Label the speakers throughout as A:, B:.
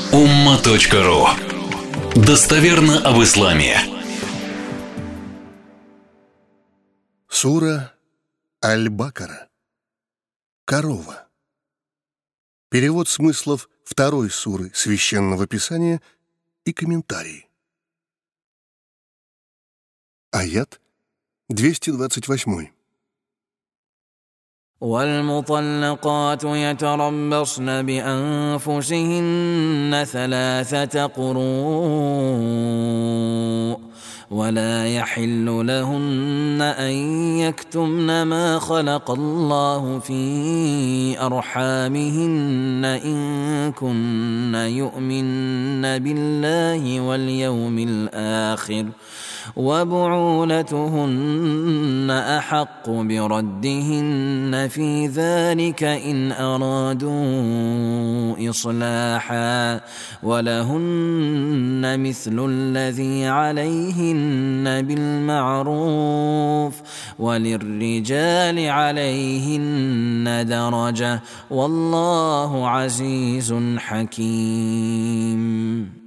A: umma.ru. Достоверно об исламе.
B: Сура Аль-Бакара. Корова. Перевод смыслов второй суры Священного Писания и комментарии. Аят 228.
C: والمطلقات يتربصن بأنفسهن ثلاثة قروء ولا يحل لهن أن يكتمن ما خلق الله في أرحامهن إن كن يؤمن بالله واليوم الآخر وبعولتهن أحق بردهن في ذلك إن أرادوا إصلاحا ولهن مثل الذي عليهن بالمعروف وللرجال عليهن درجة والله عزيز حكيم.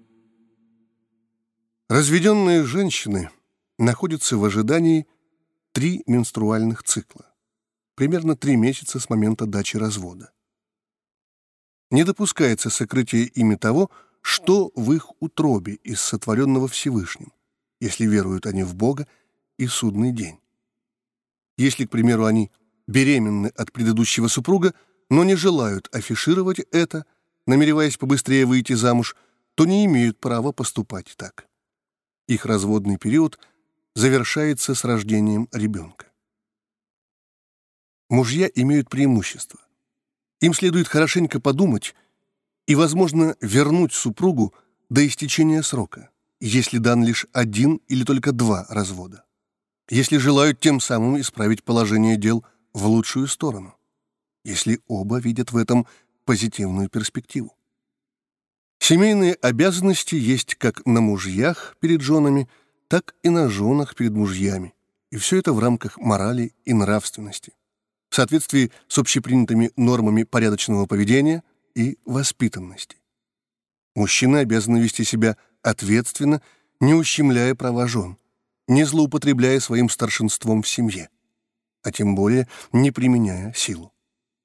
B: Разведенные женщины находятся в ожидании 3 менструальных цикла, примерно 3 месяца с момента дачи развода. Не допускается сокрытие ими того, что в их утробе из сотворенного Всевышним, если веруют они в Бога и судный день. Если, к примеру, они беременны от предыдущего супруга, но не желают афишировать это, намереваясь побыстрее выйти замуж, то не имеют права поступать так. Их разводный период завершается с рождением ребенка. Мужья имеют преимущество. Им следует хорошенько подумать и, возможно, вернуть супругу до истечения срока, если дан лишь 1 или только 2 развода, если желают тем самым исправить положение дел в лучшую сторону, если оба видят в этом позитивную перспективу. Семейные обязанности есть как на мужьях перед женами, так и на женах перед мужьями, и все это в рамках морали и нравственности, в соответствии с общепринятыми нормами порядочного поведения и воспитанности. Мужчины обязаны вести себя ответственно, не ущемляя права жен, не злоупотребляя своим старшинством в семье, а тем более не применяя силу.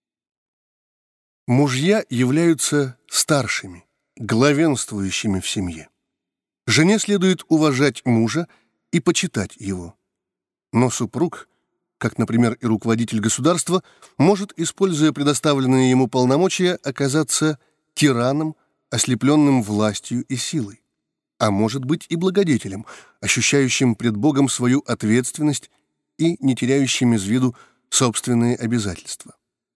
B: Мужья являются старшими, главенствующими в семье. Жене следует уважать мужа и почитать его. Но супруг, как, например, и руководитель государства, может, используя предоставленные ему полномочия, оказаться тираном, ослепленным властью и силой, а может быть и благодетелем, ощущающим пред Богом свою ответственность и не теряющим из виду собственные обязательства.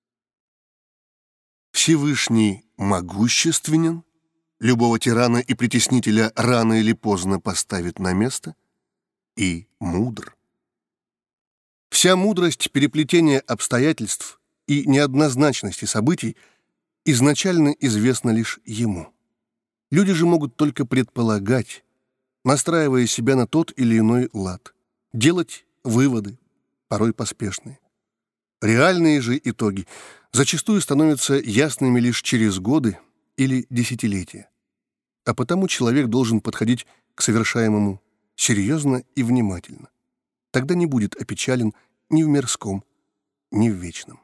B: Всевышний могущественен, любого тирана и притеснителя рано или поздно поставит на место, и мудр. Вся мудрость переплетения обстоятельств и неоднозначности событий изначально известна лишь ему. Люди же могут только предполагать, настраивая себя на тот или иной лад, делать выводы, порой поспешные. Реальные же итоги зачастую становятся ясными лишь через годы или десятилетия. А потому человек должен подходить к совершаемому серьезно и внимательно. Тогда не будет опечален ни в мирском, ни в вечном.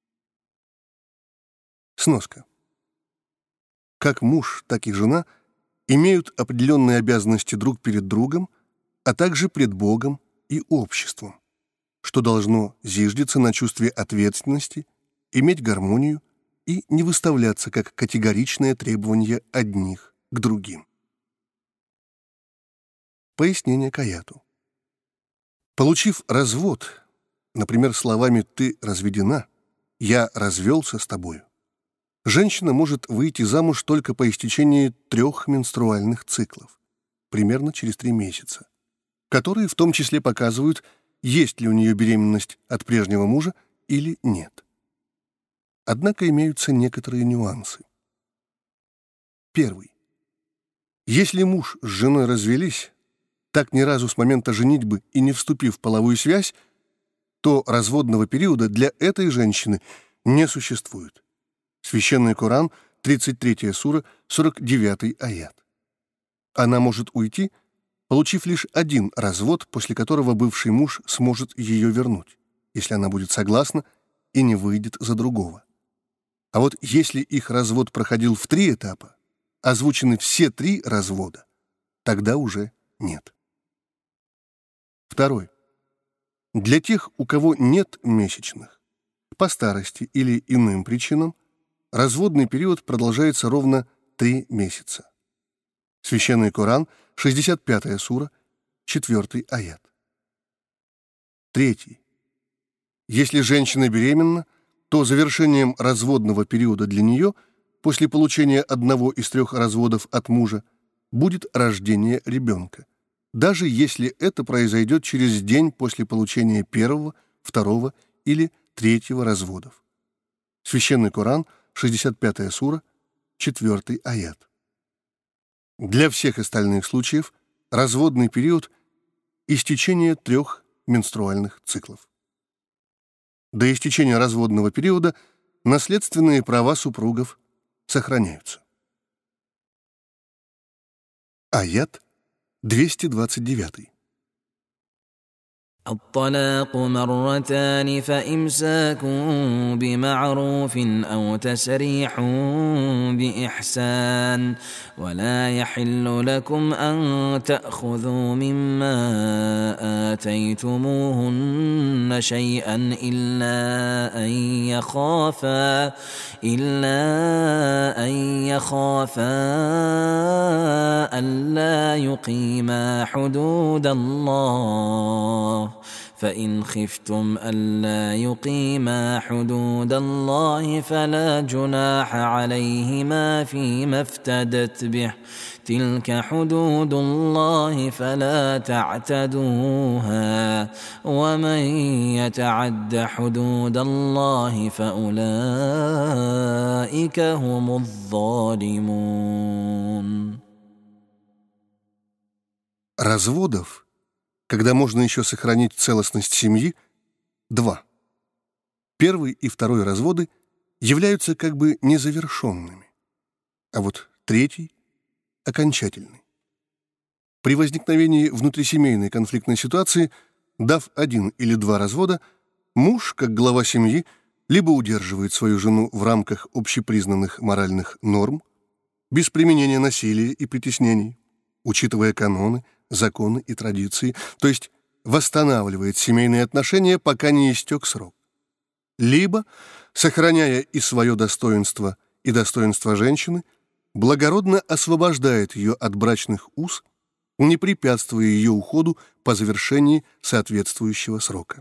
B: Сноска. Как муж, так и жена имеют определенные обязанности друг перед другом, а также пред Богом и обществом, что должно зиждиться на чувстве ответственности, иметь гармонию и не выставляться как категоричное требование одних к другим. Пояснение к аяту. Получив развод, например, словами «ты разведена», «я развелся с тобою», женщина может выйти замуж только по истечении 3 менструальных циклов, примерно через 3 месяца, которые в том числе показывают, есть ли у нее беременность от прежнего мужа или нет. Однако имеются некоторые нюансы. Первый. Если муж с женой развелись, так ни разу с момента женитьбы и не вступив в половую связь, то разводного периода для этой женщины не существует. Священный Коран 33 сура, 49 аят. Она может уйти, получив лишь один развод, после которого бывший муж сможет ее вернуть, если она будет согласна и не выйдет за другого. А вот если их развод проходил в 3 этапа, озвучены все 3 развода, тогда уже нет. Второй. Для тех, у кого нет месячных, по старости или иным причинам, разводный период продолжается ровно 3 месяца. Священный Коран, 65 сура, 4 аят. Третий. Если женщина беременна, то завершением разводного периода для нее, после получения одного из 3 разводов от мужа, будет рождение ребенка, даже если это произойдет через день после получения 1, 2 или 3 разводов. Священный Коран, 65 сура, 4 аят. Для всех остальных случаев разводный период – истечение 3 менструальных циклов. До истечения разводного периода наследственные права супругов сохраняются. Аят 229.
C: الطلاق مرتان فإمساك بمعروف أو تسريح بإحسان ولا يحل لكم أن تأخذوا مما آتيتموهن شيئا إلا أن يخافا ألا يقيما حدود الله فإن خفتم ألا يقيما حدود الله فلا جناح عليهما فيما افتدت به تلك حدود الله فلا تعتدوها ومن يتعد حدود الله فأولئك هم الظالمون.
B: Разводов, когда можно еще сохранить целостность семьи, 2. Первый и второй разводы являются как бы незавершенными, а вот третий – окончательный. При возникновении внутрисемейной конфликтной ситуации, дав 1 или 2 развода, муж, как глава семьи, либо удерживает свою жену в рамках общепризнанных моральных норм, без применения насилия и притеснений, учитывая каноны, законы и традиции, то есть восстанавливает семейные отношения, пока не истек срок. Либо, сохраняя и свое достоинство, и достоинство женщины, благородно освобождает ее от брачных уз, не препятствуя ее уходу по завершении соответствующего срока.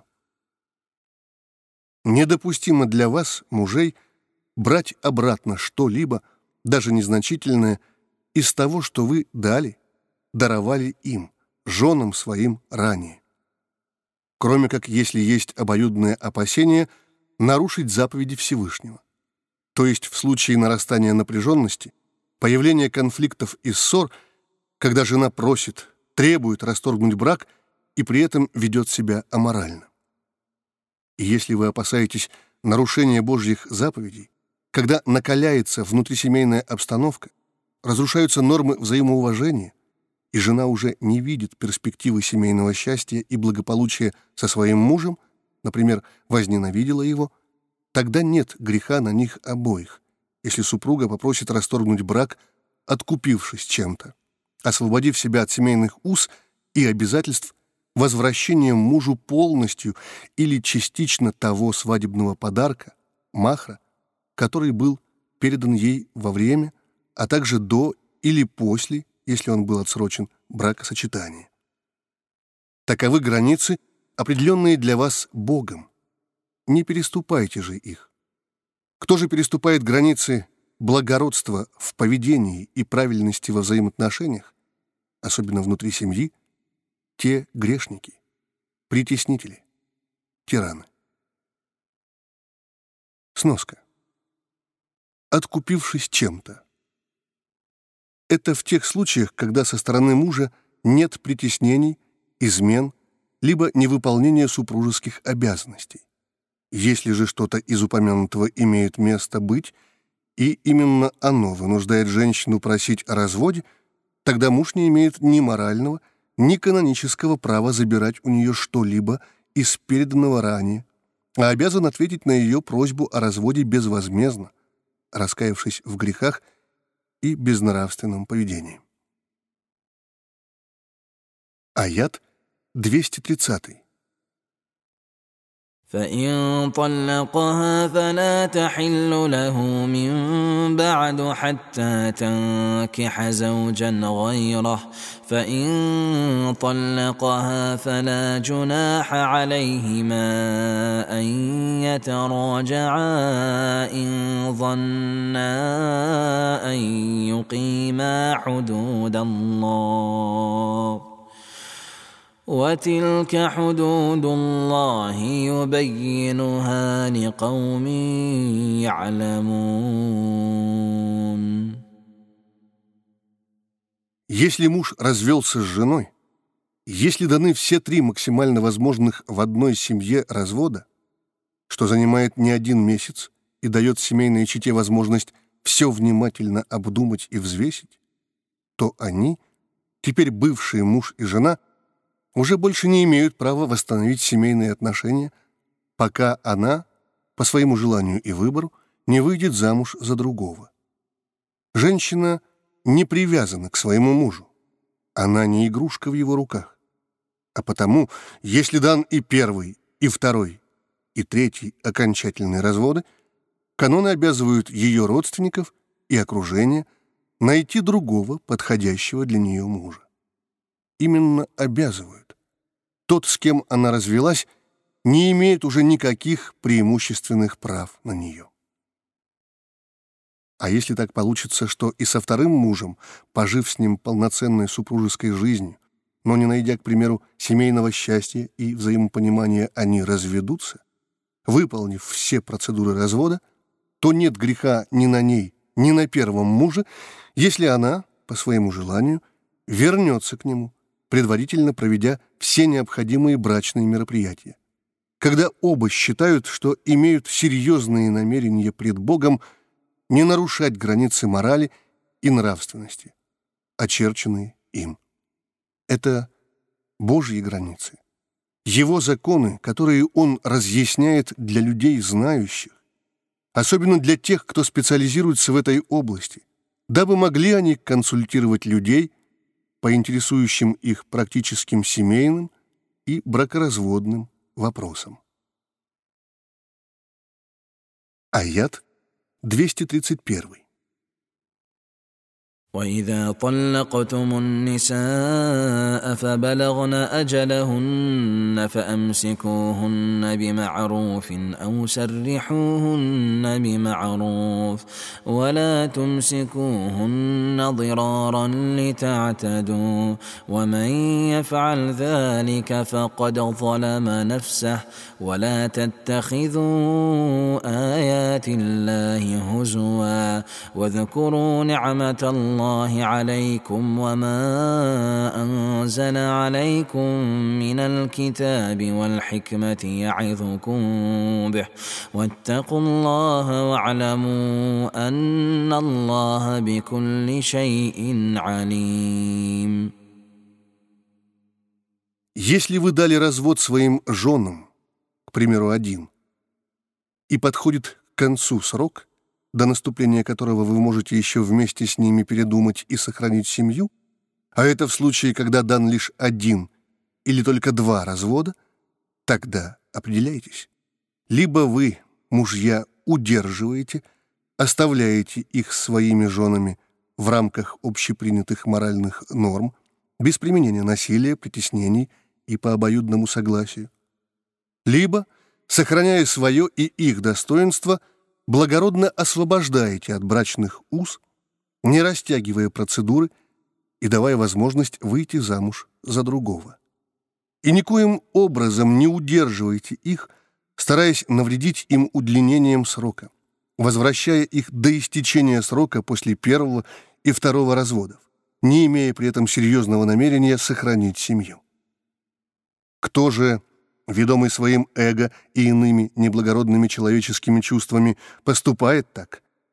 B: Недопустимо для вас, мужей, брать обратно что-либо, даже незначительное, из того, что вы даровали им, женам своим ранее. Кроме как, если есть обоюдное опасение нарушить заповеди Всевышнего. То есть в случае нарастания напряженности, появления конфликтов и ссор, когда жена просит, требует расторгнуть брак и при этом ведет себя аморально. И если вы опасаетесь нарушения Божьих заповедей, когда накаляется внутрисемейная обстановка, разрушаются нормы взаимоуважения, и жена уже не видит перспективы семейного счастья и благополучия со своим мужем, например, возненавидела его, тогда нет греха на них обоих, если супруга попросит расторгнуть брак, откупившись чем-то, освободив себя от семейных уз и обязательств возвращением мужу полностью или частично того свадебного подарка, махра, который был передан ей во время, а также до или после, если он был отсрочен, бракосочетания. Таковы границы, определенные для вас Богом. Не переступайте же их. Кто же переступает границы благородства в поведении и правильности во взаимоотношениях, особенно внутри семьи, те грешники, притеснители, тираны. Сноска. Откупившись чем-то. Это в тех случаях, когда со стороны мужа нет притеснений, измен, либо невыполнения супружеских обязанностей. Если же что-то из упомянутого имеет место быть, и именно оно вынуждает женщину просить о разводе, тогда муж не имеет ни морального, ни канонического права забирать у нее что-либо из переданного ранее, а обязан ответить на ее просьбу о разводе безвозмездно, раскаявшись в грехах и безнравственном поведении. Аят 230.
C: فإن طلقها فلا تحل له من بعد حتى تنكح زوجا غيره فإن طلقها فلا جناح عليهما أن يتراجعا إن ظنا أن يقيما حدود الله وتلك حدود الله يبينها لقوم يعلمون.
B: Если муж развелся с женой, если даны все 3 максимально возможных в одной семье развода, что занимает не 1 месяц и дает семейной чете возможность все внимательно обдумать и взвесить, то они, теперь бывшие муж и жена, уже больше не имеют права восстановить семейные отношения, пока она, по своему желанию и выбору, не выйдет замуж за другого. Женщина не привязана к своему мужу. Она не игрушка в его руках. А потому, если дан и 1, и 2, и 3 окончательные разводы, каноны обязывают ее родственников и окружение найти другого, подходящего для нее мужа. Именно обязывают. Тот, с кем она развелась, не имеет уже никаких преимущественных прав на нее. А если так получится, что и со 2 мужем, пожив с ним полноценной супружеской жизнью, но не найдя, к примеру, семейного счастья и взаимопонимания, они разведутся, выполнив все процедуры развода, то нет греха ни на ней, ни на 1 муже, если она, по своему желанию, вернется к нему, предварительно проведя все необходимые брачные мероприятия. Когда оба считают, что имеют серьезные намерения пред Богом не нарушать границы морали и нравственности, очерченные им. Это Божьи границы, Его законы, которые Он разъясняет для людей знающих, особенно для тех, кто специализируется в этой области, дабы могли они консультировать людей по интересующим их практическим семейным и бракоразводным вопросам. Аят 231.
C: وإذا طلقتم النساء فبلغن أجلهن فأمسكوهن بمعروف أو سرحوهن بمعروف ولا تمسكوهن ضرارا لتعتدوا ومن يفعل ذلك فقد ظلم نفسه ولا تتخذوا آيات الله هزوا واذكروا نعمة الله عليكم وما أنزل عليكم من الكتاب والحكمة يعظكم به واتقوا الله واعلموا أن الله بكل شيء عليم.
B: Если вы дали развод своим женам, к примеру, 1, и подходит к концу срок, до наступления которого вы можете еще вместе с ними передумать и сохранить семью, а это в случае, когда дан лишь 1 или только 2 развода, тогда определяйтесь. Либо вы, мужья, удерживаете, оставляете их своими женами в рамках общепринятых моральных норм, без применения насилия, притеснений и по обоюдному согласию. Либо, сохраняя свое и их достоинство, благородно освобождаете от брачных уз, не растягивая процедуры и давая возможность выйти замуж за другого. И никоим образом не удерживаете их, стараясь навредить им удлинением срока, возвращая их до истечения срока после 1 и 2 разводов, не имея при этом серьезного намерения сохранить семью. Кто же, ведомый своим эго и иными неблагородными человеческими чувствами, поступает так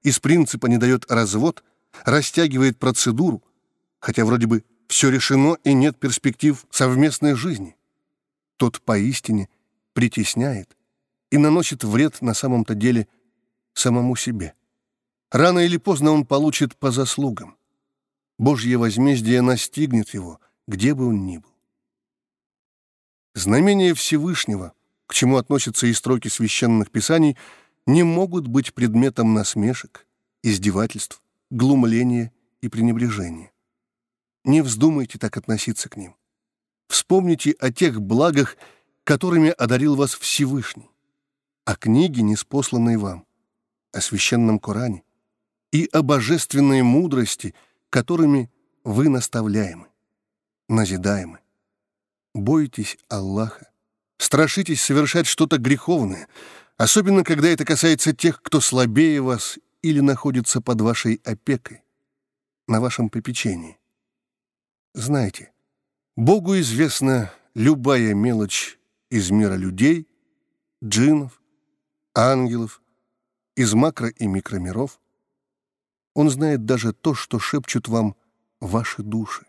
B: из принципа не дает развод, растягивает процедуру, хотя вроде бы все решено и нет перспектив совместной жизни, тот поистине притесняет и наносит вред на самом-то деле самому себе. Рано или поздно он получит по заслугам. Божье возмездие настигнет его, где бы он ни был. Знамения Всевышнего, к чему относятся и строки священных писаний, не могут быть предметом насмешек, издевательств, глумления и пренебрежения. Не вздумайте так относиться к ним. Вспомните о тех благах, которыми одарил вас Всевышний, о книге, ниспосланной вам, о священном Коране и о божественной мудрости, которыми вы наставляемы, назидаемы. Бойтесь Аллаха, страшитесь совершать что-то греховное, особенно когда это касается тех, кто слабее вас или находится под вашей опекой, на вашем попечении. Знайте, Богу известна любая мелочь из мира людей, джиннов, ангелов, из макро- и микромиров. Он знает даже то, что шепчут вам ваши души.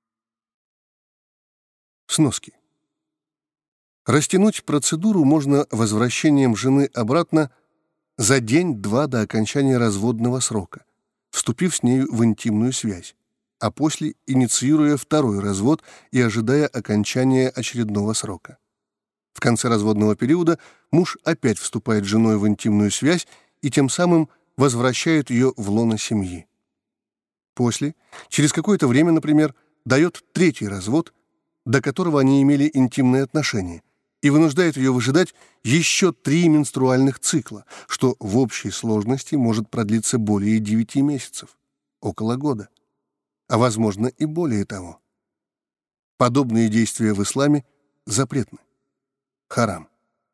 B: Сноски. Растянуть процедуру можно возвращением жены обратно за день-два до окончания разводного срока, вступив с нею в интимную связь, а после инициируя второй развод и ожидая окончания очередного срока. В конце разводного периода муж опять вступает с женой в интимную связь и тем самым возвращает ее в лоно семьи. После, через какое-то время, например, дает третий развод, до которого они имели интимные отношения, и вынуждает ее выжидать еще 3 менструальных цикла, что в общей сложности может продлиться более 9 месяцев, около года, а возможно и более того. Подобные действия в исламе запретны. Харам.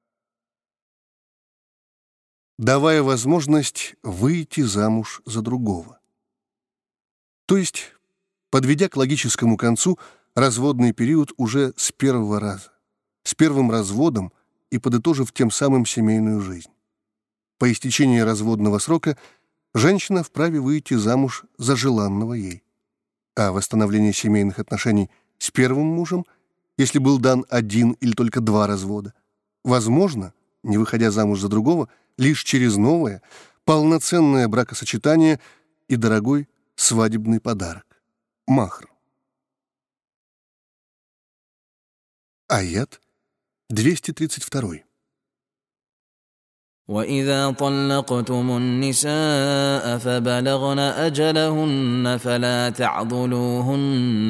B: Давая возможность выйти замуж за другого. То есть, подведя к логическому концу разводный период уже с первого раза, с первым разводом и подытожив тем самым семейную жизнь. По истечении разводного срока женщина вправе выйти замуж за желанного ей, а восстановление семейных отношений с первым мужем, если был дан 1 или только 2 развода, возможно, не выходя замуж за другого, лишь через новое, полноценное бракосочетание и дорогой свадебный подарок – махр. Аят 232.
C: وإذا طلقتم النساء فبلغن أجلهن فلا تعضلوهن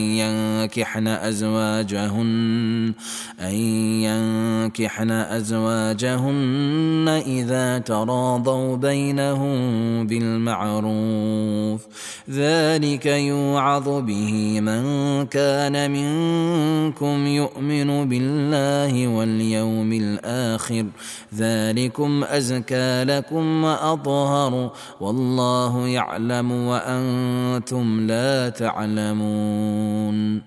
C: أن ينكحن أزواجهن إذا تراضوا بينهم بالمعروف ذلك يوعظ به من كان منكم يؤمن بالله واليوم الآخر ذلكم أزكى لكم وأطهر والله يعلم وأنتم لا تعلمون.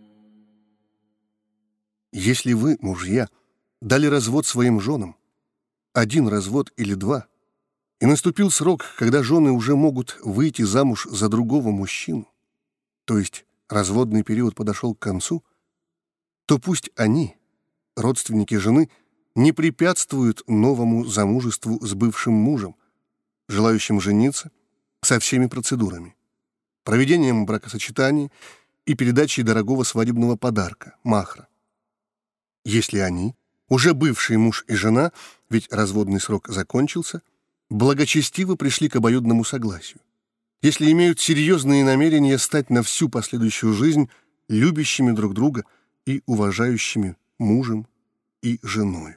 B: Если вы, мужья, дали развод своим женам, 1 развод или 2, и наступил срок, когда жены уже могут выйти замуж за другого мужчину, то есть разводный период подошел к концу, то пусть они, родственники жены, не препятствуют новому замужеству с бывшим мужем, желающим жениться, со всеми процедурами, проведением бракосочетания и передачей дорогого свадебного подарка – махра. Если они, уже бывший муж и жена, ведь разводный срок закончился, благочестиво пришли к обоюдному согласию, если имеют серьезные намерения стать на всю последующую жизнь любящими друг друга и уважающими мужем и женою.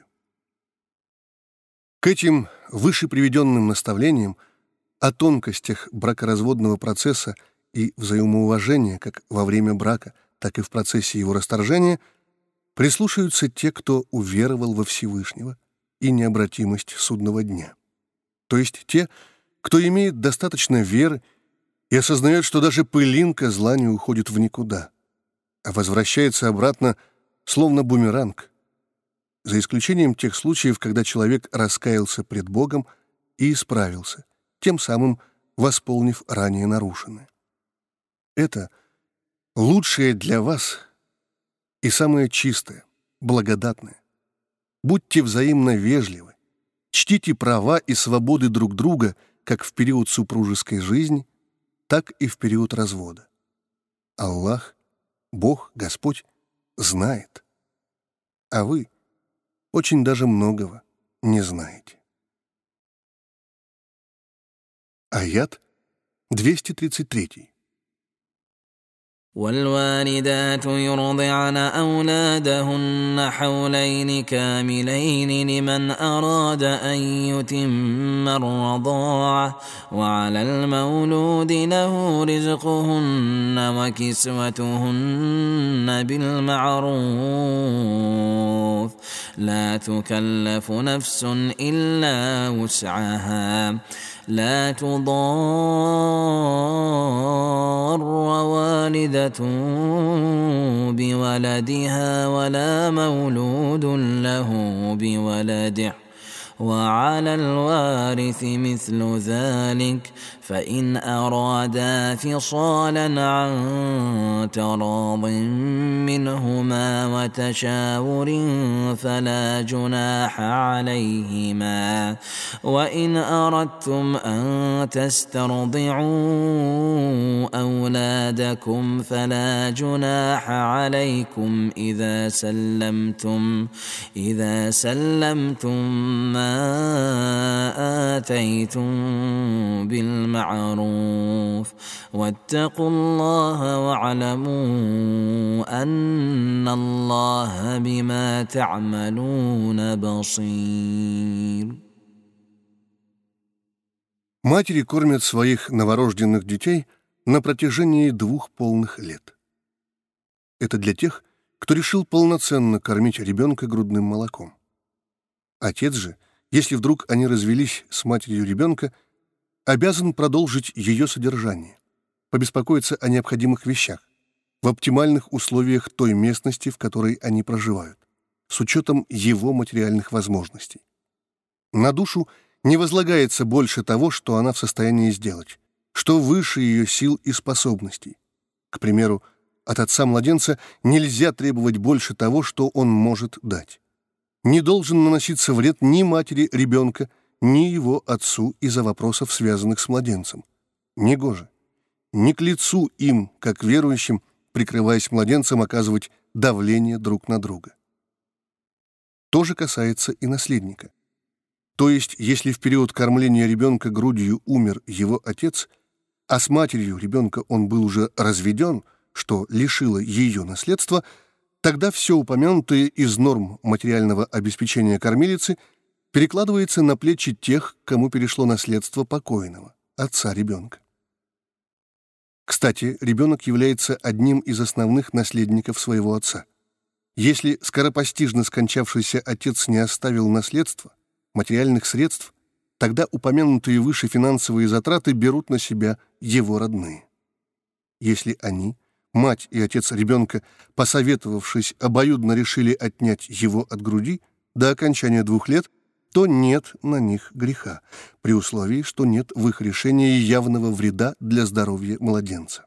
B: К этим выше приведенным наставлениям о тонкостях бракоразводного процесса и взаимоуважения как во время брака, так и в процессе его расторжения прислушаются те, кто уверовал во Всевышнего и необратимость судного дня. То есть те, кто имеет достаточно веры и осознает, что даже пылинка зла не уходит в никуда, а возвращается обратно, словно бумеранг, за исключением тех случаев, когда человек раскаялся пред Богом и исправился, тем самым восполнив ранее нарушенное. Это лучшее для вас и самое чистое, благодатное. Будьте взаимно вежливы, чтите права и свободы друг друга как в период супружеской жизни, так и в период развода. Аллах, Бог, Господь знает, а вы очень даже многого не знаете. Аят 233.
C: والوالدات يرضعن أولادهن حولين كاملين لمن أراد أن يتم الرضاعة وعلى المولود له رزقهن وكسوتهن بالمعروف لا تكلف نفس إلا وسعها لا تضار والدة بولدها ولا مولود له بولده وعلى الوارث مثل ذلك فإن أرادا فصالا عن تراض منهما وتشاور فلا جناح عليهما وإن أردتم أن تسترضعوا أولادكم فلا جناح عليكم إذا سلمتم ما آتيتم بالمعروف واتقوا الله واعلموا أن الله بما تعملون بصير.
B: Матери кормят своих новорожденных детей на протяжении 2 полных лет. Это для тех, кто решил полноценно кормить ребенка грудным молоком. Отец же, если вдруг они развелись с матерью ребенка, обязан продолжить ее содержание, побеспокоиться о необходимых вещах, в оптимальных условиях той местности, в которой они проживают, с учетом его материальных возможностей. На душу не возлагается больше того, что она в состоянии сделать, что выше ее сил и способностей. К примеру, от отца-младенца нельзя требовать больше того, что он может дать. Не должен наноситься вред ни матери ребенка, ни его отцу из-за вопросов, связанных с младенцем. Негоже. Не к лицу им, как верующим, прикрываясь младенцем, оказывать давление друг на друга. То же касается и наследника. То есть, если в период кормления ребенка грудью умер его отец, а с матерью ребенка он был уже разведен, что лишило ее наследства, тогда все упомянутое из норм материального обеспечения кормилицы перекладывается на плечи тех, кому перешло наследство покойного, отца ребенка. Кстати, ребенок является одним из основных наследников своего отца. Если скоропостижно скончавшийся отец не оставил наследства, материальных средств, тогда упомянутые выше финансовые затраты берут на себя его родные. Если они, мать и отец ребенка, посоветовавшись, обоюдно решили отнять его от груди до окончания 2 лет, то нет на них греха, при условии, что нет в их решении явного вреда для здоровья младенца.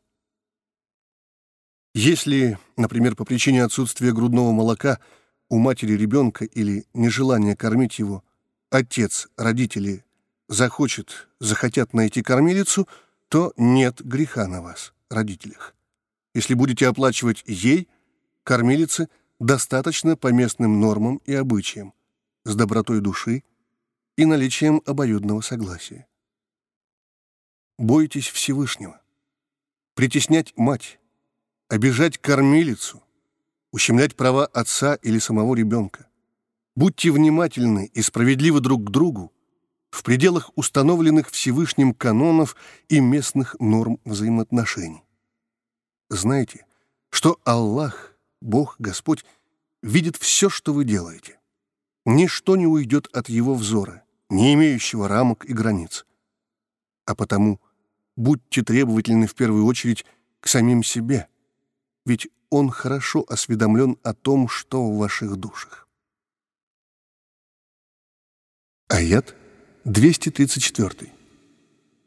B: Если, например, по причине отсутствия грудного молока у матери ребенка или нежелания кормить его, отец, родители захотят найти кормилицу, то нет греха на вас, родителях. Если будете оплачивать ей, кормилице, достаточно по местным нормам и обычаям, с добротой души и наличием обоюдного согласия. Бойтесь Всевышнего. Притеснять мать, обижать кормилицу, ущемлять права отца или самого ребенка. Будьте внимательны и справедливы друг к другу в пределах установленных Всевышним канонов и местных норм взаимоотношений. Знайте, что Аллах, Бог, Господь, видит все, что вы делаете. Ничто не уйдет от Его взора, не имеющего рамок и границ. А потому будьте требовательны в первую очередь к самим себе, ведь Он хорошо осведомлен о том, что в ваших душах. Аят 234.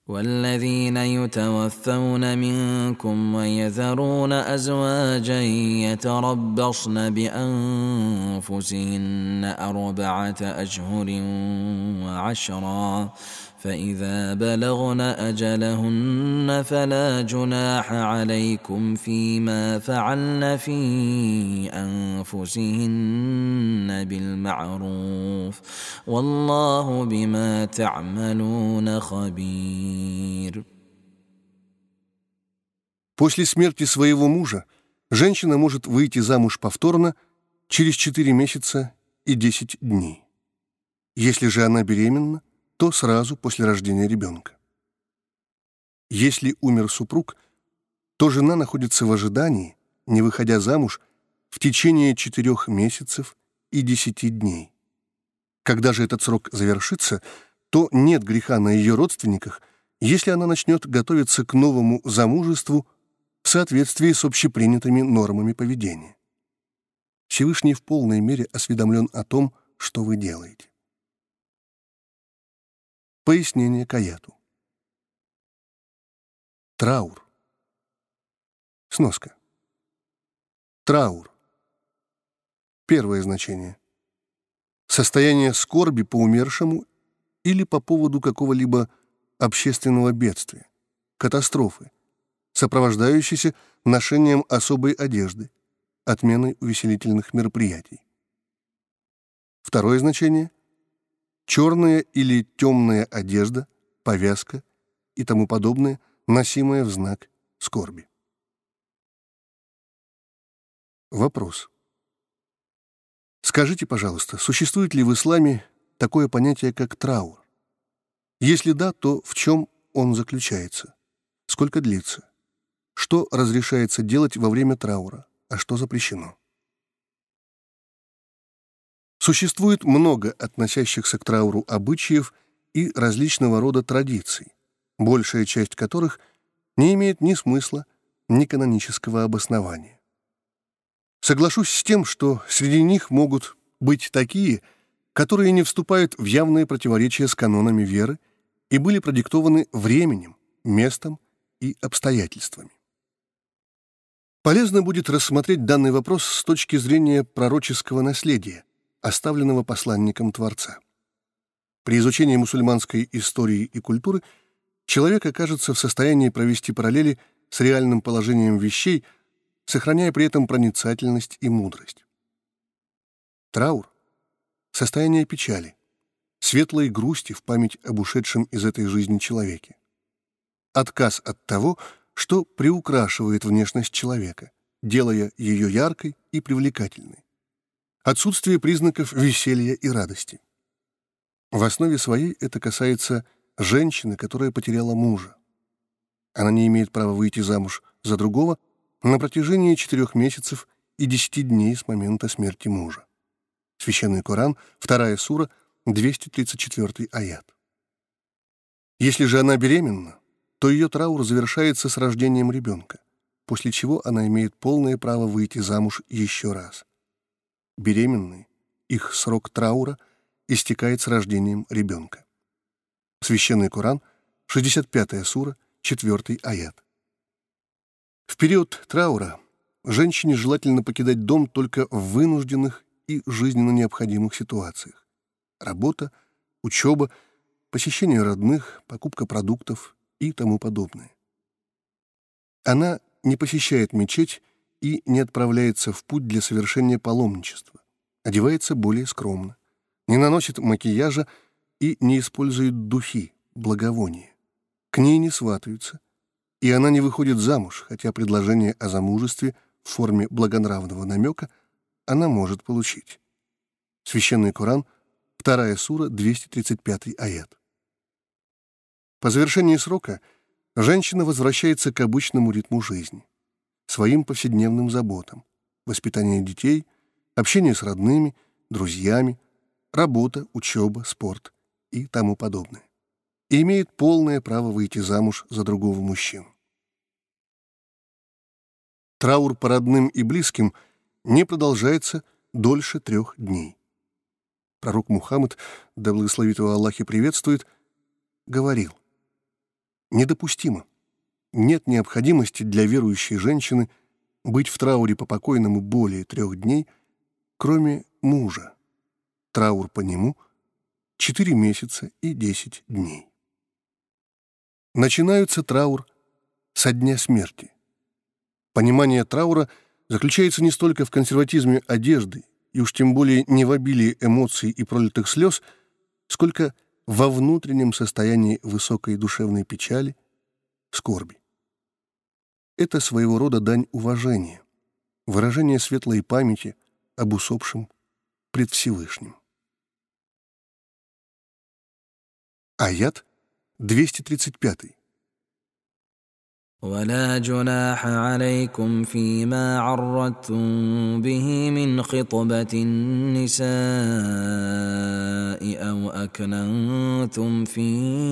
C: والذين يتوفون منكم ويذرون أزواجا يتربصن بأنفسهن 4 أشهر و10 فإذا بلغن أجلهن فلا جناح عليكم فيما فعلن في أنفسهن بالمعروف والله بما تعملون خبير.
B: После смерти своего мужа женщина может выйти замуж повторно через 4 месяца и 10 дней. Если же она беременна, то сразу после рождения ребенка. Если умер супруг, то жена находится в ожидании, не выходя замуж, в течение 4 месяцев и 10 дней. Когда же этот срок завершится, то нет греха на ее родственниках, если она начнет готовиться к новому замужеству в соответствии с общепринятыми нормами поведения. Всевышний в полной мере осведомлен о том, что вы делаете. Пояснение к аяту. Траур. Сноска. Траур. Первое значение. Состояние скорби по умершему или по поводу какого-либо общественного бедствия, катастрофы, сопровождающейся ношением особой одежды, отменой увеселительных мероприятий. Второе значение. Черная или темная одежда, повязка и тому подобное, носимое в знак скорби. Вопрос. Скажите, пожалуйста, существует ли в исламе такое понятие, как траур? Если да, то в чем он заключается? Сколько длится? Что разрешается делать во время траура, а что запрещено? Существует много относящихся к трауру обычаев и различного рода традиций, большая часть которых не имеет ни смысла, ни канонического обоснования. Соглашусь с тем, что среди них могут быть такие, которые не вступают в явное противоречие с канонами веры и были продиктованы временем, местом и обстоятельствами. Полезно будет рассмотреть данный вопрос с точки зрения пророческого наследия, оставленного посланником Творца. При изучении мусульманской истории и культуры человек окажется в состоянии провести параллели с реальным положением вещей, сохраняя при этом проницательность и мудрость. Траур — состояние печали, светлой грусти в память об ушедшем из этой жизни человеке. Отказ от того, что приукрашивает внешность человека, делая ее яркой и привлекательной. Отсутствие признаков веселья и радости. В основе своей это касается женщины, которая потеряла мужа. Она не имеет права выйти замуж за другого на протяжении 4 месяцев и 10 дней с момента смерти мужа. Священный Коран, 2 сура, 234 аят. Если же она беременна, то ее траур завершается с рождением ребенка, после чего она имеет полное право выйти замуж еще раз. Беременные, их срок траура истекает с рождением ребенка. Священный Коран, 65 сура, 4 аят. В период траура женщине желательно покидать дом только в вынужденных и жизненно необходимых ситуациях. Работа, учеба, посещение родных, покупка продуктов и тому подобное. Она не посещает мечеть и не отправляется в путь для совершения паломничества, одевается более скромно, не наносит макияжа и не использует духи, благовония. К ней не сватаются, и она не выходит замуж, хотя предложение о замужестве в форме благонравного намека она может получить. Священный Коран, 2 сура, 235 аят. По завершении срока женщина возвращается к обычному ритму жизни, своим повседневным заботам: воспитание детей, общение с родными, друзьями, работа, учеба, спорт и тому подобное. И имеет полное право выйти замуж за другого мужчину. Траур по родным и близким не продолжается дольше 3 дней. Пророк Мухаммад, да благословит его Аллах и приветствует, говорил: недопустимо. Нет необходимости для верующей женщины быть в трауре по покойному более 3 дней, кроме мужа. Траур по нему 4 месяца и 10 дней. Начинается траур со дня смерти. Понимание траура заключается не столько в консерватизме одежды, и уж тем более не в обилии эмоций и пролитых слез, сколько во внутреннем состоянии высокой душевной печали, скорби. Это своего рода дань уважения, выражение светлой памяти об усопшем пред Всевышним. Аят 235.
C: ولا جناح عليكم فيما عرضتم به من خطبة النساء أو أكننتم في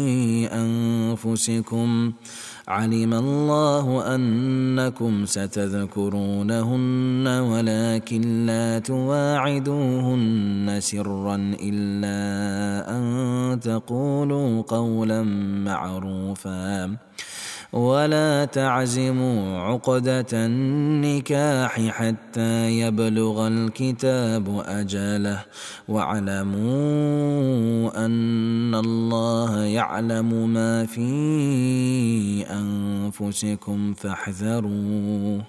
C: أنفسكم علم الله أنكم ستذكرونهن ولكن لا تواعدوهن سرا إلا أن تقولوا قولا معروفا ولا تعزموا عقدة النكاح حتى يبلغ الكتاب أجله واعلموا أن الله يعلم ما في أنفسكم فاحذروه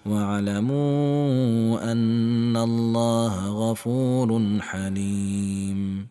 C: واعلموا أن الله غفور حليم.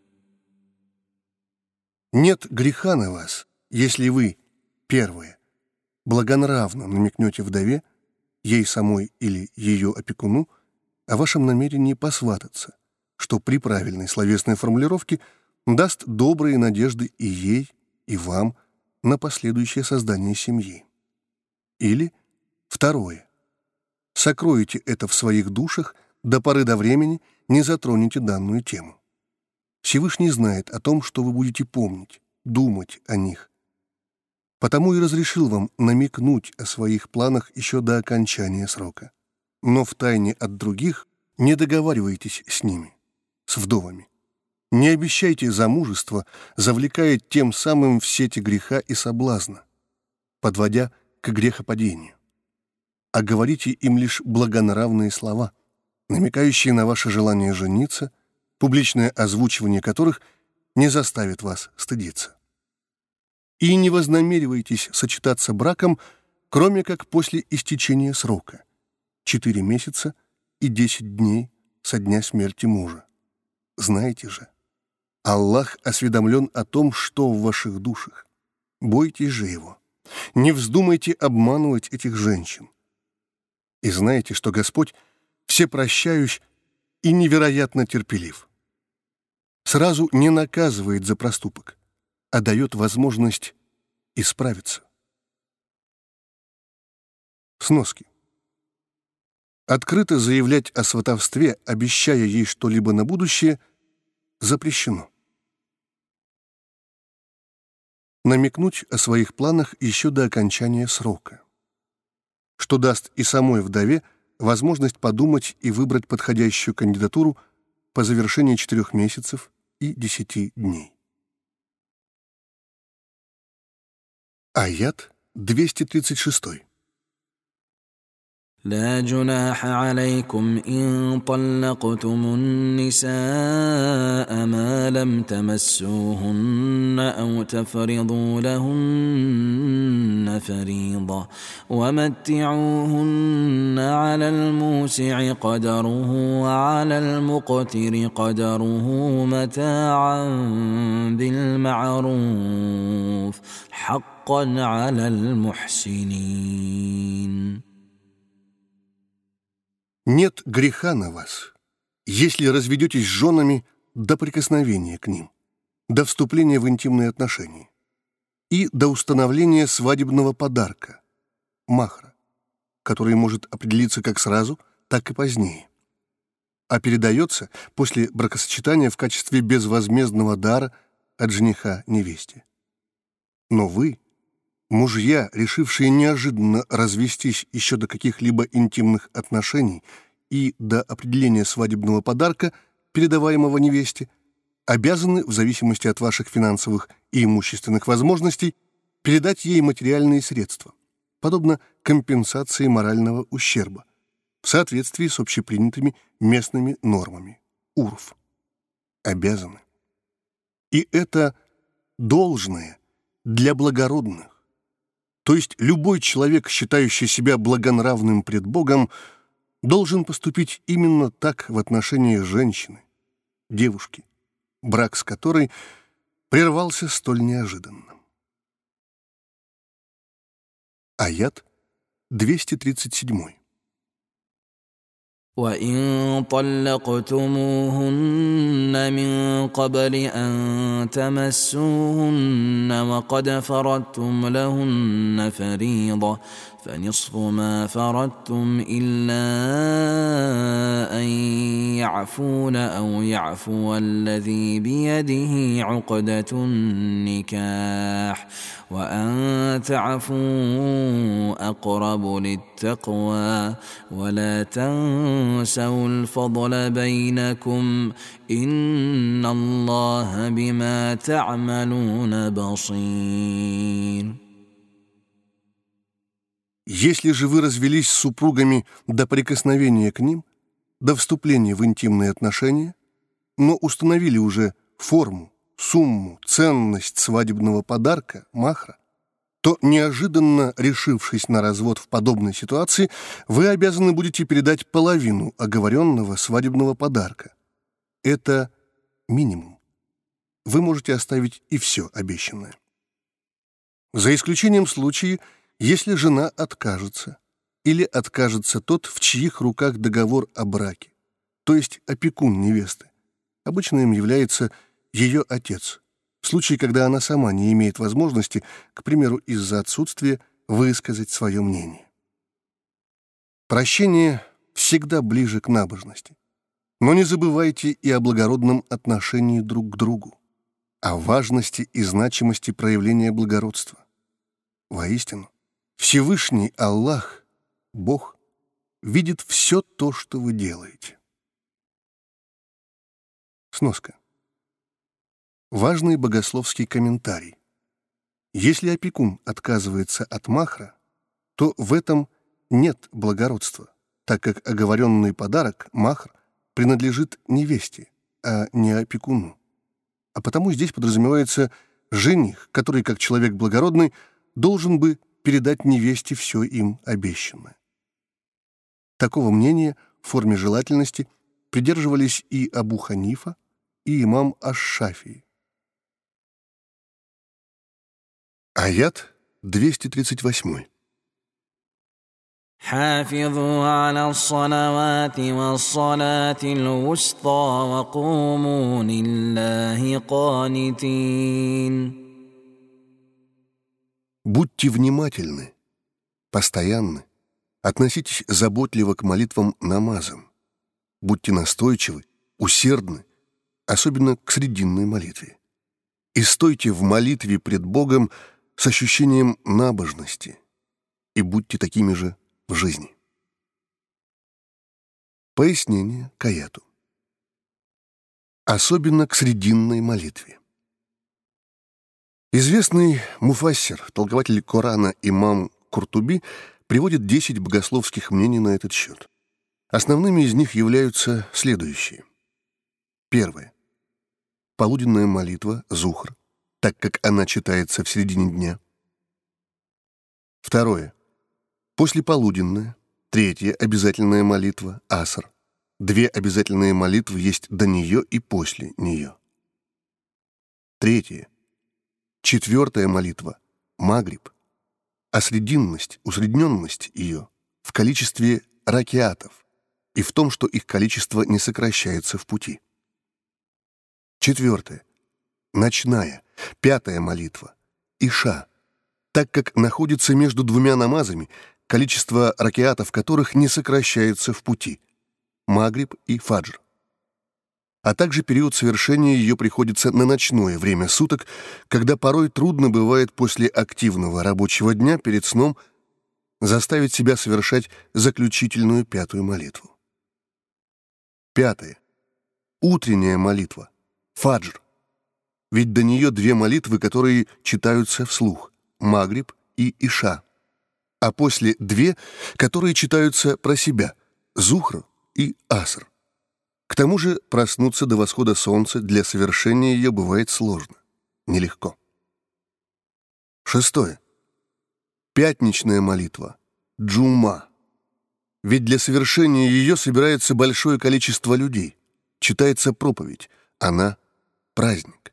B: Нет греха на вас, если вы, первое, благонравно намекнете вдове, ей самой или ее опекуну, о вашем намерении посвататься, что при правильной словесной формулировке даст добрые надежды и ей, и вам на последующее создание семьи. Или, второе, сокроете это в своих душах, до поры до времени не затронете данную тему. Всевышний знает о том, что вы будете помнить, думать о них. Потому и разрешил вам намекнуть о своих планах еще до окончания срока. Но втайне от других не договаривайтесь с ними, с вдовами. Не обещайте замужество, завлекая тем самым в сети греха и соблазна, подводя к грехопадению. А говорите им лишь благонравные слова, намекающие на ваше желание жениться, публичное озвучивание которых не заставит вас стыдиться. И не вознамеривайтесь сочетаться браком, кроме как после истечения срока — 4 месяца и 10 дней со дня смерти мужа. Знаете же, Аллах осведомлен о том, что в ваших душах. Бойтесь же Его. Не вздумайте обманывать этих женщин. И знаете, что Господь всепрощающ и невероятно терпелив. Сразу не наказывает за проступок, а дает возможность исправиться. Сноски. Открыто заявлять о сватовстве, обещая ей что-либо на будущее, запрещено. Намекнуть о своих планах еще до окончания срока, что даст и самой вдове возможность подумать и выбрать подходящую кандидатуру по завершении 4 месяцев и 10 дней. Аят 236.
C: لا جناح عليكم إن طلقتم النساء ما لم تمسوهن أو تفرضوا لهن فريضة ومتعوهن على الموسع قدره وعلى المقتر قدره متاعا بالمعروف حقا على المحسنين.
B: Нет греха на вас, если разведетесь с женами до прикосновения к ним, до вступления в интимные отношения и до установления свадебного подарка, махра, который может определиться как сразу, так и позднее, а передается после бракосочетания в качестве безвозмездного дара от жениха невесте. Но вы, мужья, решившие неожиданно развестись еще до каких-либо интимных отношений и до определения свадебного подарка, передаваемого невесте, обязаны, в зависимости от ваших финансовых и имущественных возможностей, передать ей материальные средства, подобно компенсации морального ущерба, в соответствии с общепринятыми местными нормами, урф. Обязаны. И это должное для благородных. То есть любой человек, считающий себя благонравным пред Богом, должен поступить именно так в отношении женщины, девушки, брак с которой прервался столь неожиданно. Аят 237.
C: وإن طلقتموهن من قبل أن تمسوهن وقد فرضتم لهن فريضة فنصف ما فرضتم إلا أن يعفون أو يعفو الذي بيده عقدة النكاح وأن تعفوا أقرب للتقوى ولا تنسوا الفضل بينكم إن الله بما تعملون بصير.
B: Если же вы развелись с супругами до прикосновения к ним, до вступления в интимные отношения, но установили уже форму, сумму, ценность свадебного подарка, махра, то, неожиданно решившись на развод в подобной ситуации, вы обязаны будете передать половину оговоренного свадебного подарка. Это минимум. Вы можете оставить и все обещанное. За исключением случая, если жена откажется, или откажется тот, в чьих руках договор о браке, то есть опекун невесты. Обычно им является ее отец, в случае, когда она сама не имеет возможности, к примеру, из-за отсутствия, высказать свое мнение. Прощение всегда ближе к набожности. Но не забывайте и о благородном отношении друг к другу, о важности и значимости проявления благородства. Воистину, Всевышний Аллах, Бог, видит все то, что вы делаете. Сноска. Важный богословский комментарий. Если опекун отказывается от махра, то в этом нет благородства, так как оговоренный подарок, махр, принадлежит невесте, а не опекуну. А потому здесь подразумевается жених, который, как человек благородный, должен бы передать невесте все им обещанное. Такого мнения в форме желательности придерживались и Абу Ханифа, и имам Аш-Шафии. Аят 238.
C: حافظوا على الصلوات والصلاة الوسطى وقوموا لله قانتين.
B: Будьте внимательны, постоянны, относитесь заботливо к молитвам намазам, будьте настойчивы, усердны, особенно к срединной молитве. И стойте в молитве пред Богом с ощущением набожности, и будьте такими же в жизни. Пояснение к аяту. Особенно к срединной молитве. Известный муфассир, толкователь Корана имам Куртуби, приводит 10 богословских мнений на этот счет. Основными из них являются следующие. Первое. Полуденная молитва, зухр, так как она читается в середине дня. Второе. Послеполуденная. Третья обязательная молитва, аср. 2 обязательные молитвы есть до нее и после нее. Третье. 4-я молитва, магриб, а срединность, усредненность ее в количестве ракиатов и в том, что их количество не сокращается в пути. 4. Ночная, 5-я молитва, иша, так как находится между 2 намазами, количество ракиатов которых не сокращается в пути, магриб и фаджр. А также период совершения ее приходится на ночное время суток, когда порой трудно бывает после активного рабочего дня перед сном заставить себя совершать заключительную 5-ю молитву. 5. Утренняя молитва, фаджр, ведь до нее 2 молитвы, которые читаются вслух, Магриб и Иша, а после 2, которые читаются про себя — Зухр и Аср. К тому же проснуться до восхода солнца для совершения ее бывает сложно, нелегко. 6. Пятничная молитва — Джума. Ведь для совершения ее собирается большое количество людей. Читается проповедь, она — праздник.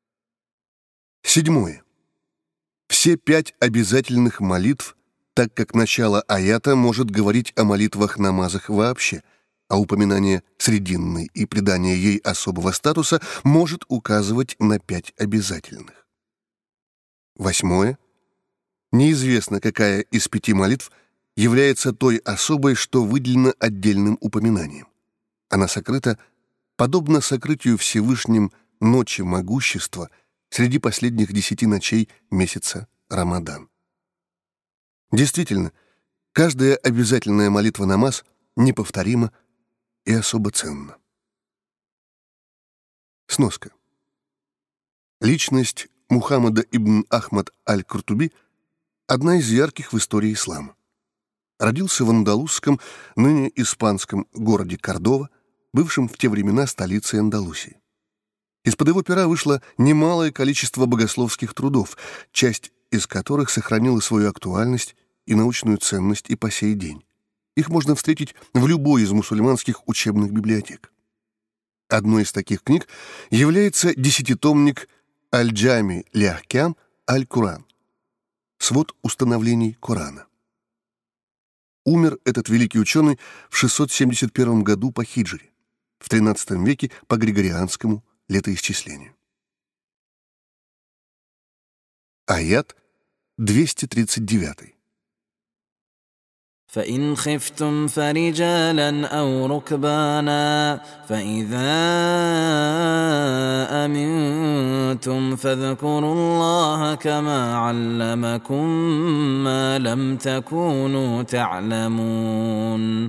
B: 7. Все 5 обязательных молитв, так как начало аята может говорить о молитвах-намазах вообще, а упоминание срединной и придание ей особого статуса может указывать на 5 обязательных. 8. Неизвестно, какая из 5 молитв является той особой, что выделена отдельным упоминанием. Она сокрыта, подобно сокрытию Всевышним ночи могущества среди последних 10 ночей месяца Рамадан. Действительно, каждая обязательная молитва-намаз неповторима и особо ценна. Сноска. Личность Мухаммада ибн Ахмад аль-Куртуби — одна из ярких в истории ислама. Родился в андалузском, ныне испанском городе Кордова, бывшем в те времена столицей Андалусии. Из-под его пера вышло немалое количество богословских трудов, часть из которых сохранила свою актуальность и научную ценность и по сей день. Их можно встретить в любой из мусульманских учебных библиотек. Одной из таких книг является 10-томник «Аль-Джами ли-Ахкям аль-Куран» — свод установлений Корана. Умер этот великий ученый в 671 году по хиджре, в XIII веке по григорианскому летоисчислению. Аят 239.
C: فإن خفتم فرجالا أو ركبانا فإذا أمنتم فاذكروا الله كما علمكم ما لم تكونوا تعلمون.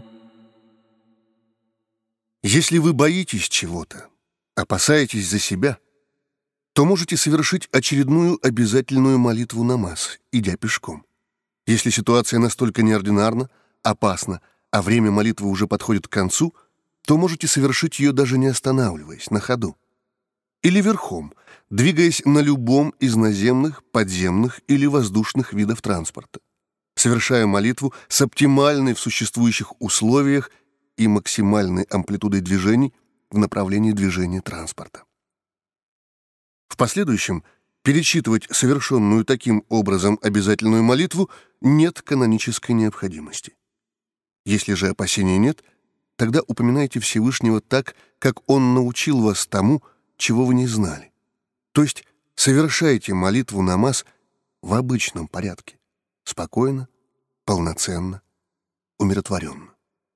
B: Если вы боитесь чего-то, опасаетесь за себя, то можете совершить очередную обязательную молитву-намаз, идя пешком. Если ситуация настолько неординарна, опасна, а время молитвы уже подходит к концу, то можете совершить ее, даже не останавливаясь, на ходу. Или верхом, двигаясь на любом из наземных, подземных или воздушных видов транспорта, совершая молитву с оптимальной в существующих условиях и максимальной амплитудой движений в направлении движения транспорта. В последующем перечитывать совершенную таким образом обязательную молитву нет канонической необходимости. Если же опасений нет, тогда упоминайте Всевышнего так, как Он научил вас тому, чего вы не знали. То есть совершайте молитву-намаз в обычном порядке, спокойно, полноценно, умиротворенно.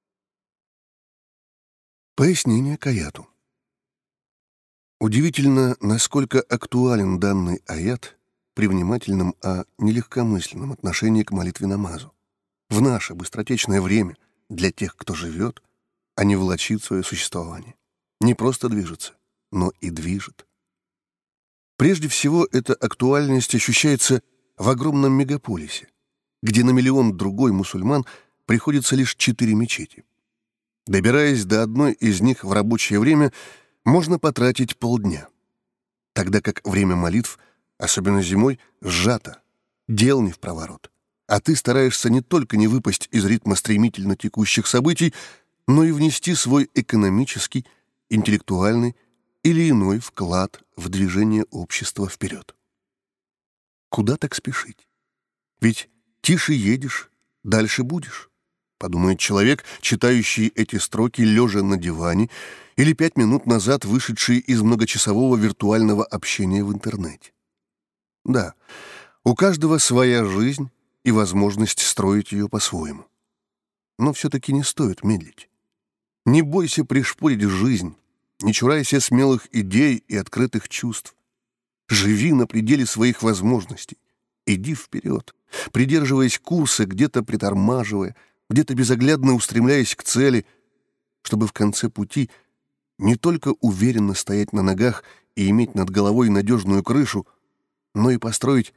B: Пояснение к аяту. Удивительно, насколько актуален данный аят при внимательном, а не легкомысленном отношении к молитве-намазу. В наше быстротечное время для тех, кто живет, а не влачит свое существование. Не просто движется, но и движет. Прежде всего, эта актуальность ощущается в огромном мегаполисе, где на миллион другой мусульман приходится лишь 4 мечети. Добираясь до одной из них в рабочее время, можно потратить полдня, тогда как время молитв, особенно зимой, сжато, дел не впроворот, а ты стараешься не только не выпасть из ритма стремительно текущих событий, но и внести свой экономический, интеллектуальный или иной вклад в движение общества вперед. Куда так спешить? Ведь тише едешь, дальше будешь, подумает человек, читающий эти строки лежа на диване или 5 минут назад вышедший из многочасового виртуального общения в интернете. Да, у каждого своя жизнь и возможность строить ее по-своему. Но все-таки не стоит медлить. Не бойся пришпорить жизнь, не чурайся смелых идей и открытых чувств. Живи на пределе своих возможностей. Иди вперед, придерживаясь курса, где-то притормаживая, где-то безоглядно устремляясь к цели, чтобы в конце пути не только уверенно стоять на ногах и иметь над головой надежную крышу, но и построить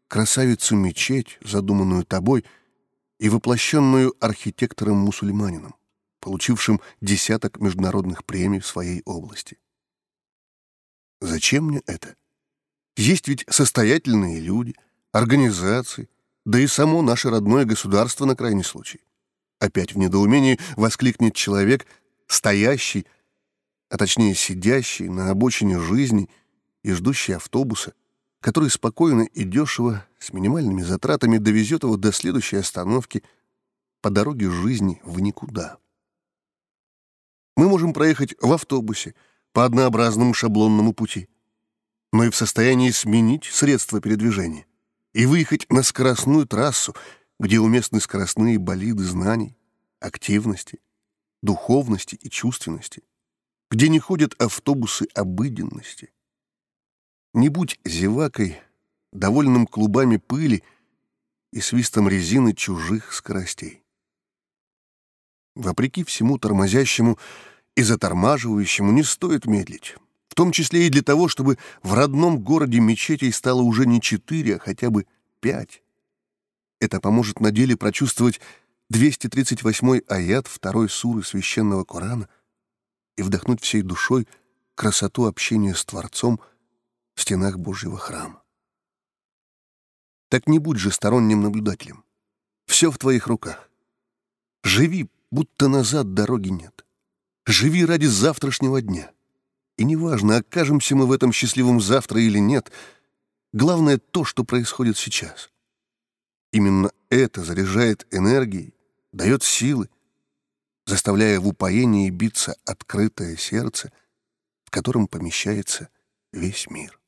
B: красавицу-мечеть, задуманную тобой и воплощенную архитектором-мусульманином, получившим десяток международных премий в своей области. Зачем мне это? Есть ведь состоятельные люди, организации, да и само наше родное государство на крайний случай. Опять в недоумении воскликнет человек, стоящий, а точнее сидящий на обочине жизни и ждущий автобуса, который спокойно и дешево, с минимальными затратами довезет его до следующей остановки по дороге жизни в никуда. Мы можем проехать в автобусе по однообразному шаблонному пути, но и в состоянии сменить средства передвижения и выехать на скоростную трассу, где уместны скоростные болиды знаний, активности, духовности и чувственности, где не ходят автобусы обыденности. Не будь зевакой, довольным клубами пыли и свистом резины чужих скоростей. Вопреки всему тормозящему и затормаживающему не стоит медлить, в том числе и для того, чтобы в родном городе мечетей стало уже не 4, а хотя бы 5. Это поможет на деле прочувствовать 238-й аят 2 суры Священного Корана и вдохнуть всей душой красоту общения с Творцом в стенах Божьего храма. Так не будь же сторонним наблюдателем. Все в твоих руках. Живи, будто назад дороги нет. Живи ради завтрашнего дня. И неважно, окажемся мы в этом счастливом завтра или нет, главное то, что происходит сейчас. Именно это заряжает энергией, дает силы, заставляя в упоении биться открытое сердце, в котором помещается весь мир.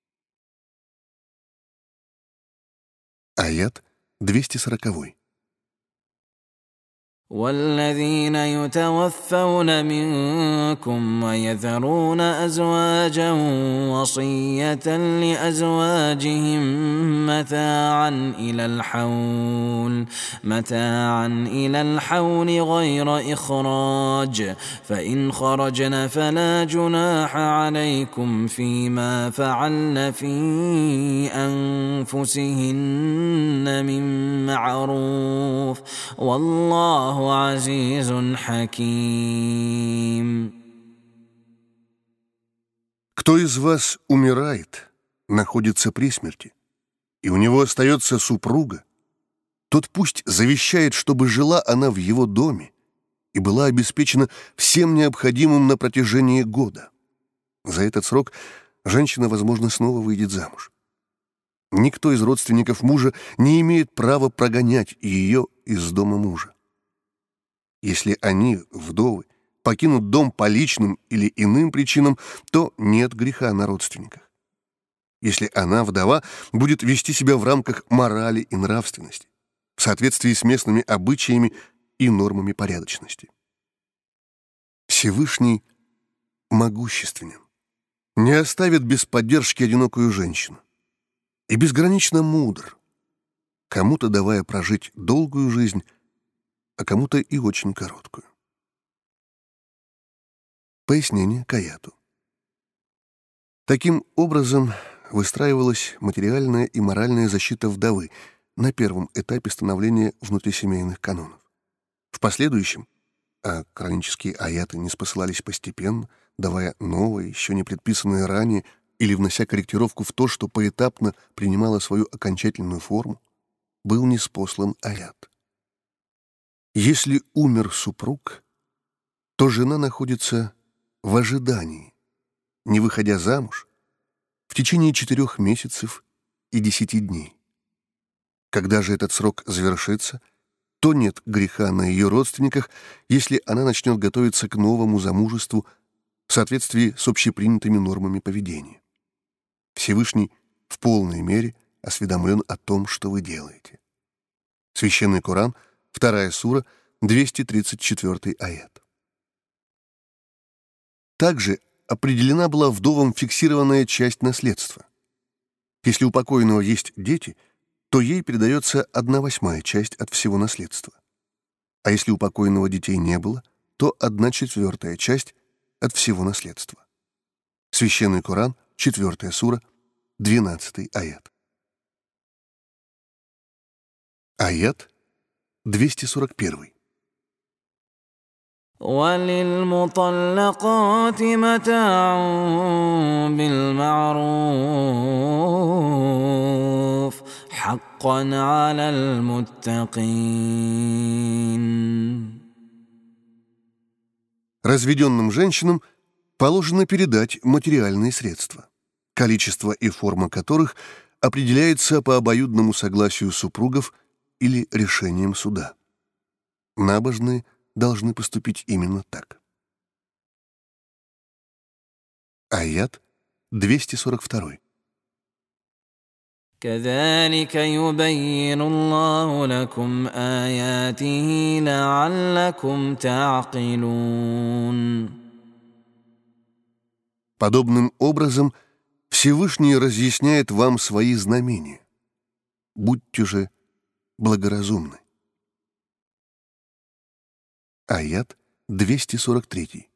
B: Аят 240.
C: والذين يتوفون منكم ويذرون أزواجا وصية لأزواجهم متاعا إلى الحول غير إخراج فإن خرجن فلا جناح عليكم فيما فعلن في أنفسهن من معروف والله عزيز حكيم.
B: Кто из вас умирает, находится при смерти, и у него остается супруга, тот пусть завещает, чтобы жила она в его доме и была обеспечена всем необходимым на протяжении года. За этот срок женщина, возможно, снова выйдет замуж. Никто из родственников мужа не имеет права прогонять ее из дома мужа. Если они, вдовы, покинут дом по личным или иным причинам, то нет греха на родственниках. Если она, вдова, будет вести себя в рамках морали и нравственности, в соответствии с местными обычаями и нормами порядочности. Всевышний могущественен, не оставит без поддержки одинокую женщину и безгранично мудр, кому-то давая прожить долгую жизнь, а кому-то и очень короткую. Пояснение к аяту. Таким образом выстраивалась материальная и моральная защита вдовы на первом этапе становления внутрисемейных канонов. В последующем, а коранические аяты не спосылались постепенно, давая новые, еще не предписанные ранее, или внося корректировку в то, что поэтапно принимало свою окончательную форму, был ниспослан аят. Если умер супруг, то жена находится в ожидании, не выходя замуж, в течение 4 месяцев и 10 дней. Когда же этот срок завершится, то нет греха на ее родственниках, если она начнет готовиться к новому замужеству в соответствии с общепринятыми нормами поведения. Всевышний в полной мере осведомлен о том, что вы делаете. Священный Коран, 2 сура, 234 аят. Также определена была вдовам фиксированная часть наследства. Если у покойного есть дети, то ей передается 1/8 часть от всего наследства. А если у покойного детей не было, то 1/4 часть от всего наследства. Священный Коран, 4 сура, 12 аят. Аят 241.
C: وللمطلقات متاع بالمعروف حقا على المتقين.
B: Разведенным женщинам положено передать материальные средства, количество и форма которых определяется по обоюдному согласию супругов или решением суда. Набожные должны поступить именно так. Аят 242.
C: كذلك يبين الله لكم آياته لعلكم تعقلون.
B: Подобным образом Всевышний разъясняет вам свои знамения. Будьте же благоразумны. Аят 243.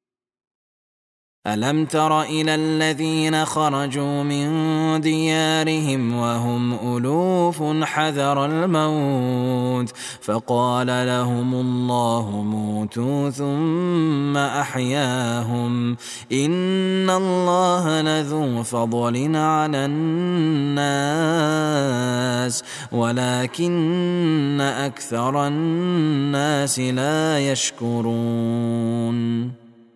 C: ألم تر إلى الذين خرجوا من ديارهم وهم ألوف حذر الموت فقال لهم الله موتوا ثم أحياهم إن الله لذو فضل على الناس ولكن أكثر الناس لا يشكرون.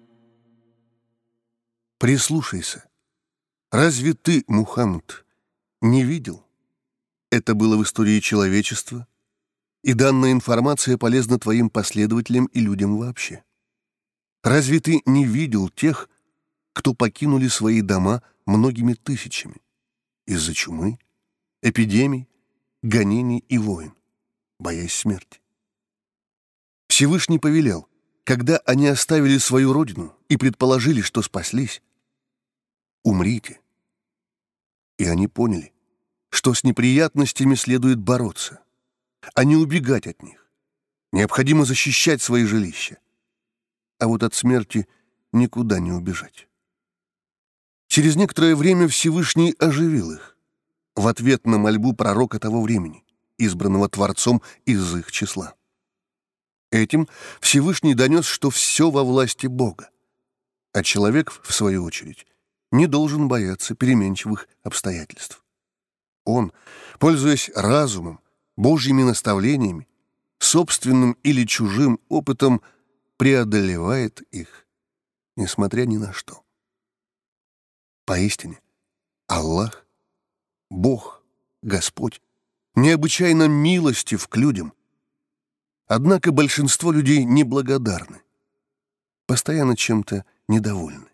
B: Прислушайся. Разве ты, Мухаммад, не видел? Это было в истории человечества, и данная информация полезна твоим последователям и людям вообще. Разве ты не видел тех, кто покинули свои дома многими тысячами из-за чумы, эпидемий, гонений и войн, боясь смерти? Всевышний повелел, когда они оставили свою родину и предположили, что спаслись: умрите. И они поняли, что с неприятностями следует бороться, а не убегать от них. Необходимо защищать свои жилища. А вот от смерти никуда не убежать. Через некоторое время Всевышний оживил их в ответ на мольбу пророка того времени, избранного Творцом из их числа. Этим Всевышний донес, что все во власти Бога, а человек, в свою очередь, не должен бояться переменчивых обстоятельств. Он, пользуясь разумом, Божьими наставлениями, собственным или чужим опытом, преодолевает их, несмотря ни на что. Поистине, Аллах, Бог, Господь, необычайно милостив к людям. Однако большинство людей неблагодарны, постоянно чем-то недовольны.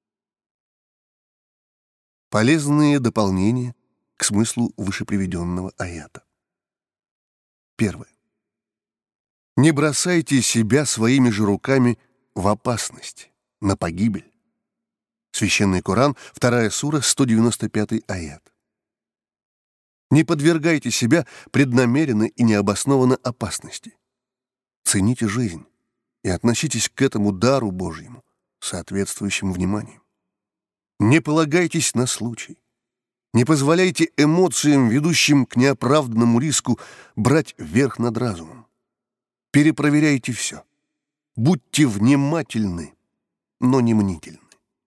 B: Полезные дополнения к смыслу вышеприведенного аята. Первое. Не бросайте себя своими же руками в опасность, на погибель. Священный Коран, 2 сура, 195 аят. Не подвергайте себя преднамеренно и необоснованно опасности. Цените жизнь и относитесь к этому дару Божьему соответствующим вниманием. Не полагайтесь на случай. Не позволяйте эмоциям, ведущим к неоправданному риску, брать верх над разумом. Перепроверяйте все. Будьте внимательны, но не мнительны.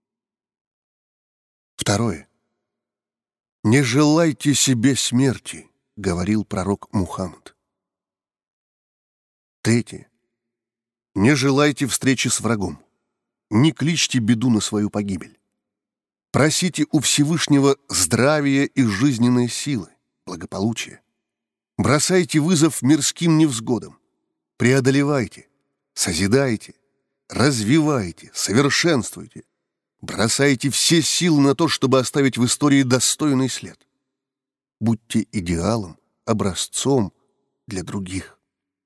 B: Второе. «Не желайте себе смерти», — говорил пророк Мухаммад. Третье. Не желайте встречи с врагом. Не кличьте беду на свою погибель. Просите у Всевышнего здравия и жизненной силы, благополучия. Бросайте вызов мирским невзгодам. Преодолевайте, созидайте, развивайте, совершенствуйте. Бросайте все силы на то, чтобы оставить в истории достойный след. Будьте идеалом, образцом для других.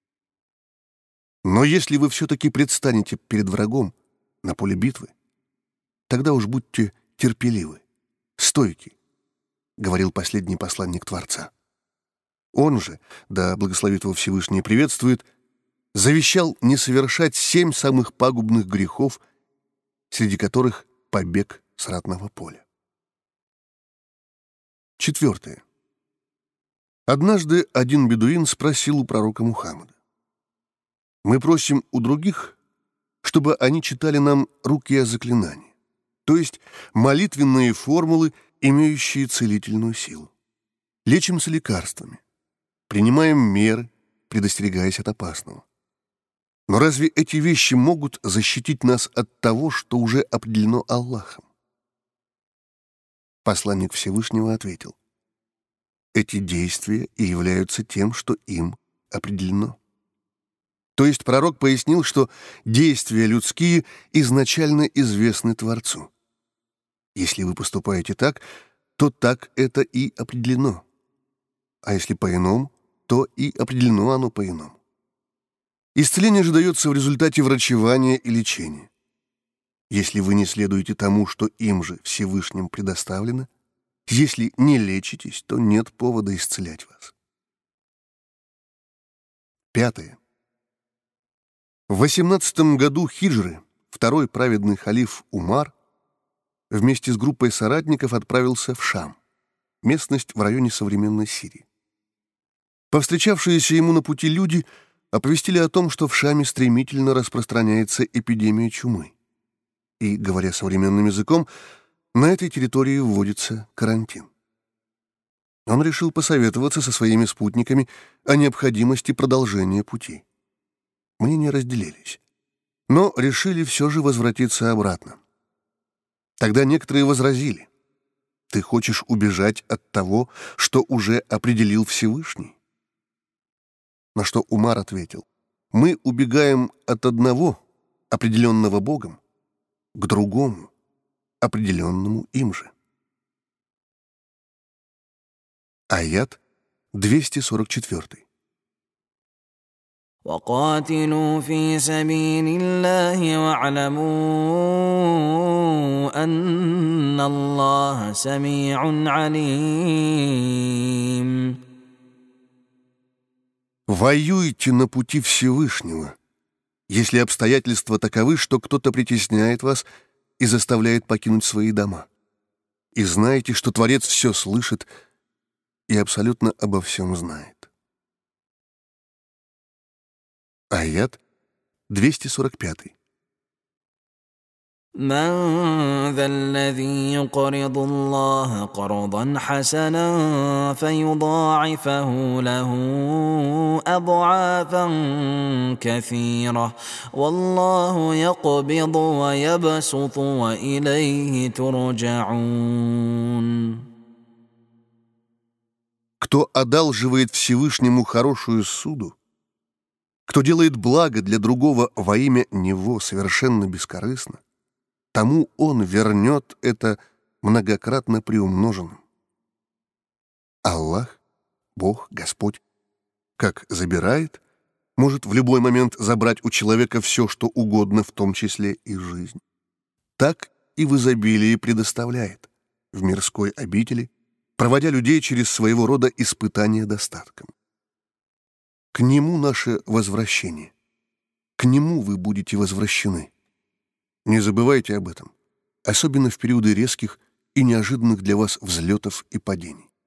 B: Но если вы все-таки предстанете перед врагом на поле битвы, тогда уж будьте терпеливы, стойки, говорил последний посланник Творца. Он же, да благословит его Всевышний и приветствует, завещал не совершать 7 самых пагубных грехов, среди которых побег с ратного поля. Четвертое. Однажды один бедуин спросил у пророка Мухаммада: «Мы просим у других, чтобы они читали нам рукья заклинания, то есть молитвенные формулы, имеющие целительную силу. Лечимся лекарствами, принимаем меры, предостерегаясь от опасного. Но разве эти вещи могут защитить нас от того, что уже определено Аллахом?» Посланник Всевышнего ответил: «Эти действия и являются тем, что им определено». То есть пророк пояснил, что действия людские изначально известны Творцу. Если вы поступаете так, то так это и определено. А если по-иному, то и определено оно по-иному. Исцеление же дается в результате врачевания и лечения. Если вы не следуете тому, что им же Всевышним предоставлено, если не лечитесь, то нет повода исцелять вас. 5. В 18 году хиджры второй праведный халиф Умар вместе с группой соратников отправился в Шам, местность в районе современной Сирии. Повстречавшиеся ему на пути люди оповестили о том, что в Шаме стремительно распространяется эпидемия чумы. И, говоря современным языком, на этой территории вводится карантин. Он решил посоветоваться со своими спутниками о необходимости продолжения пути. Мнения разделились, но решили все же возвратиться обратно. Тогда некоторые возразили: «Ты хочешь убежать от того, что уже определил Всевышний?» На что Умар ответил: «Мы убегаем от одного, определенного Богом, к другому, определенному им же». Аят 244.
C: وقاتلوا في سبيل الله واعلموا أن الله سميع عليم.
B: Воюйте на пути Всевышнего, если обстоятельства таковы, что кто-то притесняет вас и заставляет покинуть свои дома. И знайте, что Творец все слышит и абсолютно обо всем знает. Аят 245.
C: من ذا الذي يقرض الله قرضا حسنا فيضاعفه له أضعافا كثيرة والله يقبض ويبسط وإليه ترجعون.
B: Кто одалживает Всевышнему хорошую суду, кто делает благо для другого во имя Него совершенно бескорыстно, тому Он вернет это многократно приумноженным. Аллах, Бог, Господь, как забирает, может в любой момент забрать у человека все, что угодно, в том числе и жизнь, так и в изобилии предоставляет в мирской обители, проводя людей через своего рода испытания достатком. К Нему наше возвращение. К Нему вы будете возвращены. Не забывайте об этом, особенно в периоды резких и неожиданных для вас взлетов и падений.